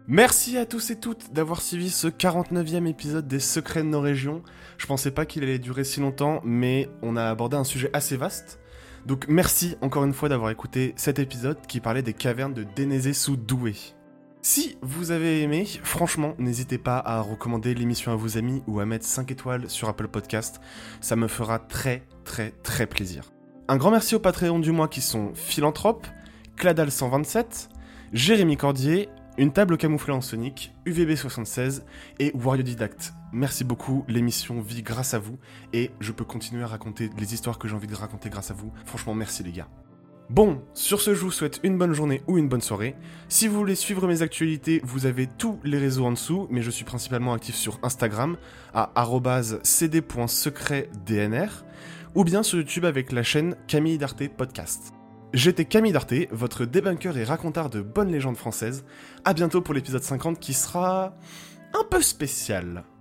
Merci à tous et toutes d'avoir suivi ce 49e épisode des Secrets de nos régions. Je pensais pas qu'il allait durer si longtemps, mais on a abordé un sujet assez vaste. Donc merci encore une fois d'avoir écouté cet épisode qui parlait des cavernes de Dénézé sous Douai. Si vous avez aimé, franchement, n'hésitez pas à recommander l'émission à vos amis ou à mettre 5 étoiles sur Apple Podcast. Ça me fera très plaisir. Un grand merci aux Patreons du mois qui sont Philanthrope, Cladal127, Jérémy Cordier, Une table camouflée en Sonic, UVB76 et Wariodidact. Merci beaucoup, l'émission vit grâce à vous et je peux continuer à raconter les histoires que j'ai envie de raconter grâce à vous. Franchement, merci les gars. Bon, sur ce, je vous souhaite une bonne journée ou une bonne soirée. Si vous voulez suivre mes actualités, vous avez tous les réseaux en dessous, mais je suis principalement actif sur Instagram, à @cd.secretdnr, ou bien sur YouTube avec la chaîne Camille Darté Podcast. J'étais Camille Darté, votre débunker et racontard de bonnes légendes françaises. À bientôt pour l'épisode 50 qui sera un peu spécial.